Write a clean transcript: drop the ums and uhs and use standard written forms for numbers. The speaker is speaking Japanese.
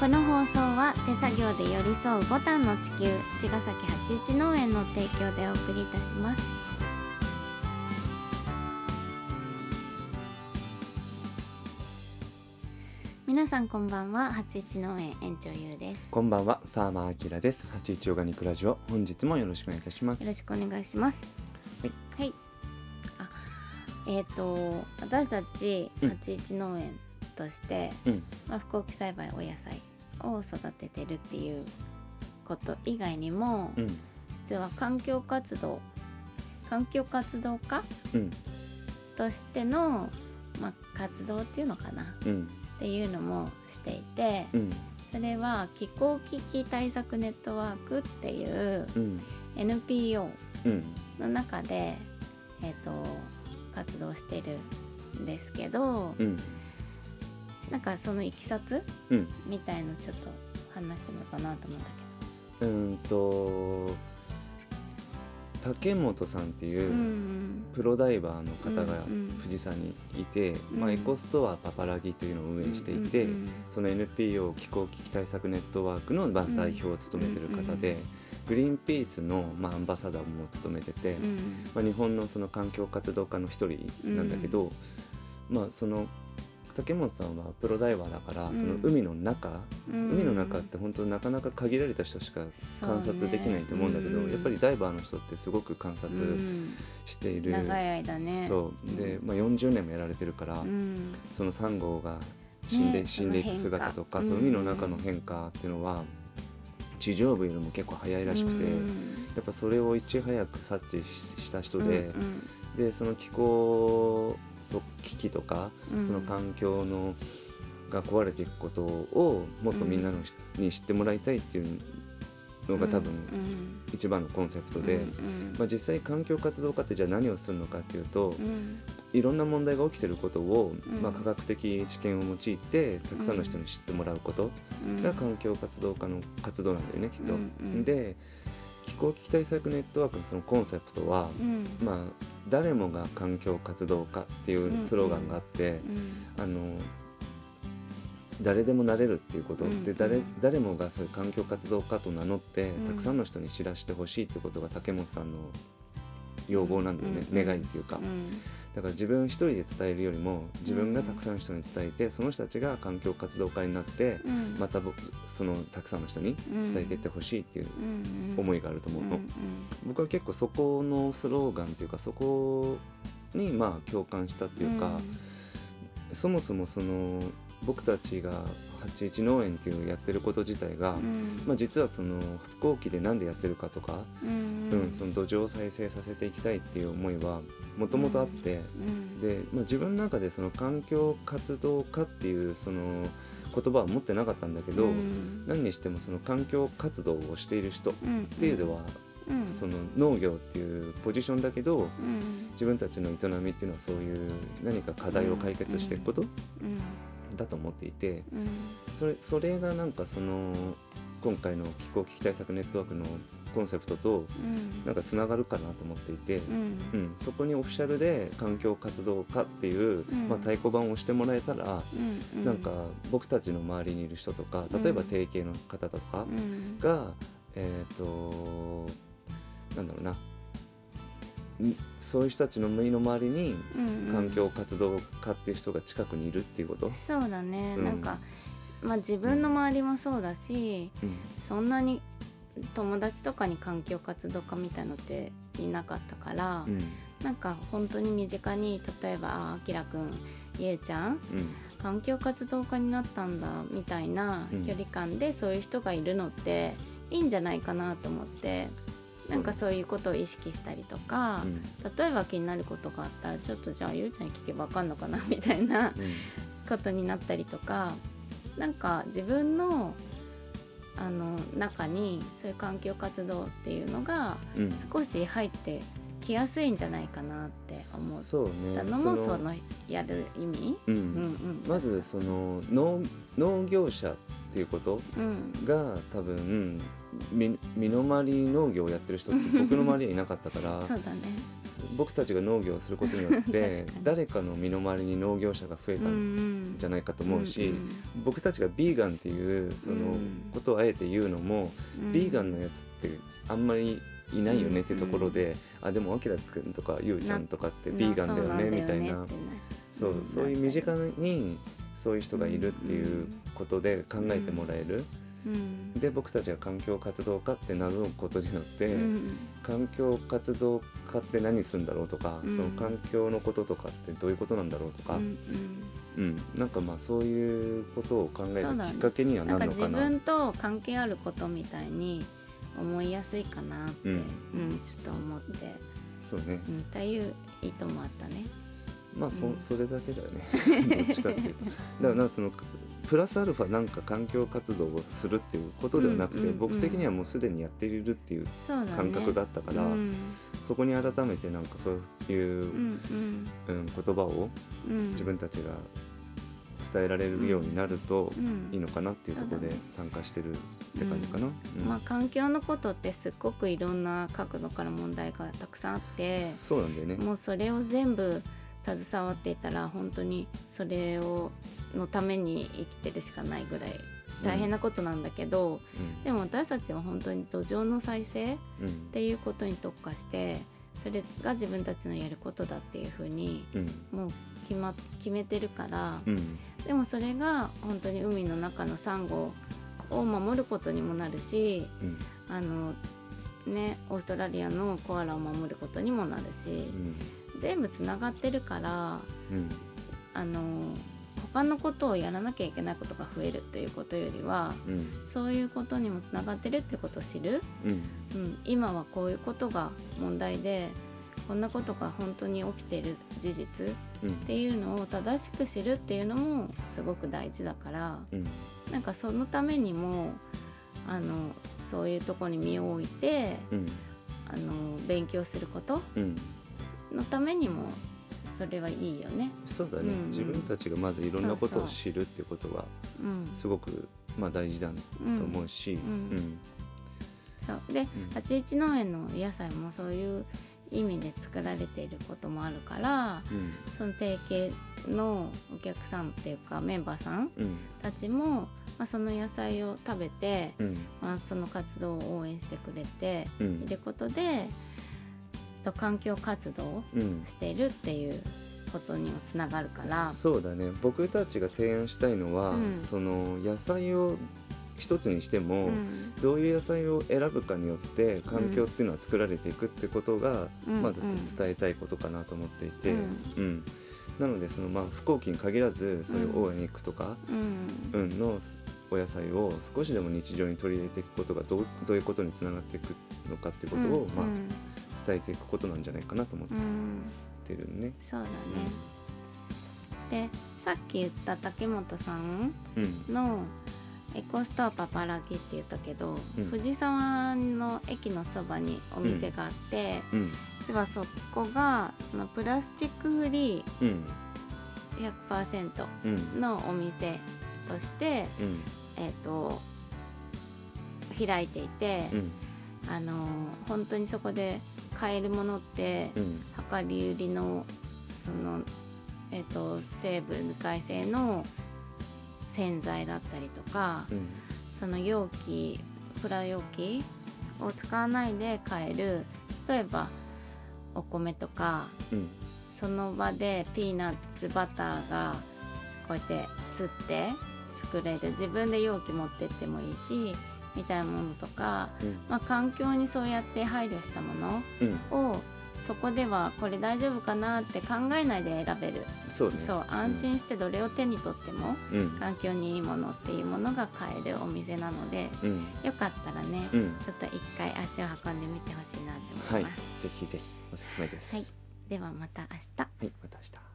この放送は手作業で寄り添うボタンの地球茅ヶ崎八一農園の提供でお送りいたします。皆さんこんばんは。八一農園園長ゆうです。 こんばんは、ファーマーアキラです。八一オーガニックラジオ、本日もよろしくお願いいたします。 よろしくお願いします。はい、私たち八一農園として、不耕起栽培お野菜を育ててるっていうこと以外にも、実は環境活動家、としての、活動っていうのかな、っていうのもしていて、それは気候危機対策ネットワークっていう、NPO の中で、活動してるんですけど、なんかそのいきさつ、みたいのちょっと話してみようかなと思うんだけど、 竹本さんっていうプロダイバーの方が富士山にいて、エコストアパパラギというのを運営していて、その NPO 気候危機対策ネットワークの代表を務めている方で、グリーンピースのアンバサダーも務めてて、日本のその環境活動家の一人なんだけど、その竹本さんはプロダイバーだから、その海の中って本当なかなか限られた人しか観察できないと思うんだけど、やっぱりダイバーの人ってすごく観察している、 長い間ね。 そうで、40年もやられてるから、そのサンゴが死んでいく姿とか、その海の中の変化っていうのは地上部よりも結構早いらしくて、やっぱそれをいち早く察知した人で、でその気候危機とか、その環境のが壊れていくことをもっとみんなに知ってもらいたいっていうのが多分一番のコンセプトで、実際環境活動家ってじゃあ何をするのかっていうと、いろんな問題が起きてることを、科学的知見を用いてたくさんの人に知ってもらうことが環境活動家の活動なんだよね、きっと。で気候危機対策ネットワークのそのコンセプトは、誰もが環境活動家っていうスローガンがあって、誰でもなれるっていうこと、で誰もがそういう環境活動家と名乗って、たくさんの人に知らせてほしいってことが竹本さんの要望なんだよね、願いっていうか。だから自分一人で伝えるよりも、自分がたくさんの人に伝えて、その人たちが環境活動家になって、またそのたくさんの人に伝えていってほしいっていう思いがあると思うの。僕は結構そこのスローガンっていうか、そこに共感したっていうか、そもそもその僕たちが八一農園っていうやってること自体が、実はその不耕起でなんでやってるかとか、その土壌を再生させていきたいっていう思いはもともとあって、で、自分の中でその環境活動家っていうその言葉は持ってなかったんだけど、何にしてもその環境活動をしている人っていうのは、その農業っていうポジションだけど、自分たちの営みっていうのはそういう何か課題を解決していくことだと思っていて、それがなんかその今回の気候危機対策ネットワークのコンセプトとなんかつながるかなと思っていて、そこにオフィシャルで環境活動家っていう、太鼓判を押してもらえたら、なんか僕たちの周りにいる人とか、例えば定型の方とかが、なんだろうな、そういう人たちの身の回りに環境活動家っていう人が近くにいるっていうこと。 そうだね、なんか、自分の周りもそうだし、そんなに友達とかに環境活動家みたいのっていなかったから、なんか本当に身近に、例えばあきらくん、ゆうちゃん、環境活動家になったんだみたいな距離感でそういう人がいるのっていいんじゃないかなと思って、なんかそういうことを意識したりとか、例えば気になることがあったら、ちょっとじゃあゆうちゃんに聞けば分かんのかなみたいなことになったりとか、なんか自分の中にそういう環境活動っていうのが少し入ってきやすいんじゃないかなって思ったのも、そのやる意味、 まずその農業者っていうことが、多分身の回りに農業をやってる人って僕の周りはいなかったからそうだね、 僕たちが農業をすることによって誰かの身の回りに農業者が増えたんじゃないかと思うし、僕たちがビーガンっていうそのことをあえて言うのも、ビーガンのやつってあんまりいないよねってところで、でもあきらくんとかゆうちゃんとかってビーガンだよねみたいな、そういう身近にそういう人がいるっていうことで考えてもらえる、で僕たちが環境活動家って名乗ることによって、環境活動家って何するんだろうとか、その環境のこととかってどういうことなんだろうとか、なんかまあそういうことを考えるきっかけにはなるのかな。 なんか自分と関係あることみたいに思いやすいかなって、ちょっと思って、 そうね、 っていう意図もあったね。 まあそれだけだよねどっちかっていうと。だからそのプラスアルファなんか環境活動をするっていうことではなくて、僕的にはもうすでにやっているっていう感覚があったから、そこに改めてなんかそういう、言葉を自分たちが伝えられるようになるといいのかなっていうところで参加してるって感じかな。 まあ環境のことってすっごくいろんな角度から問題がたくさんあって、 そうなんだよね。 もうそれを全部携わっていたら本当にそれのために生きてるしかないぐらい大変なことなんだけど、でも私たちは本当に土壌の再生っていうことに特化して、それが自分たちのやることだっていうふうにもう決めてるから、でもそれが本当に海の中のサンゴを守ることにもなるし、オーストラリアのコアラを守ることにもなるし、全部つながってるから、他のことをやらなきゃいけないことが増えるということよりは、そういうことにもつながってるっていうことを知る、今はこういうことが問題でこんなことが本当に起きている事実っていうのを正しく知るっていうのもすごく大事だから、なんかそのためにもそういうところに身を置いて、勉強することのためにもそれはいいよね。 そうだね、自分たちがまずいろんなことを知るっていうことはすごく大事だと思うし、 そうで、81農園の野菜もそういう意味で作られていることもあるから、その提携のお客さんっていうかメンバーさんたちも、その野菜を食べて、その活動を応援してくれていることで、環境活動をしているっていうことにもつながるから、 そうだね。僕たちが提案したいのは、その野菜を一つにしても、どういう野菜を選ぶかによって環境っていうのは作られていくってことが、まず伝えたいことかなと思っていて、なのでその不幸期に限らず、そういうオーガニックとか、のお野菜を少しでも日常に取り入れていくことがどういうことにつながっていくのかっていうことを、伝えていくことなんじゃないかなと思ってるね。 そうだね。で、さっき言った竹本さんのエコストアパパラギって言ったけど、藤沢の駅のそばにお店があって、実はそこがそのプラスチックフリー 100% のお店として、開いていて、本当にそこで買えるものって、量り売りのその、成分無改正の洗剤だったりとか、その容器プラ容器を使わないで買える、例えばお米とか、その場でピーナッツバターがこうやって吸って作れる、自分で容器持ってってもいいしみたいなものとか、環境にそうやって配慮したものを、そこではこれ大丈夫かなって考えないで選べる。 そうね。 そう、安心してどれを手に取っても、環境にいいものっていうものが買えるお店なので、よかったらね、ちょっと一回足を運んでみてほしいなって思います。 ぜひぜひおすすめです。 ではまた明日。 また明日。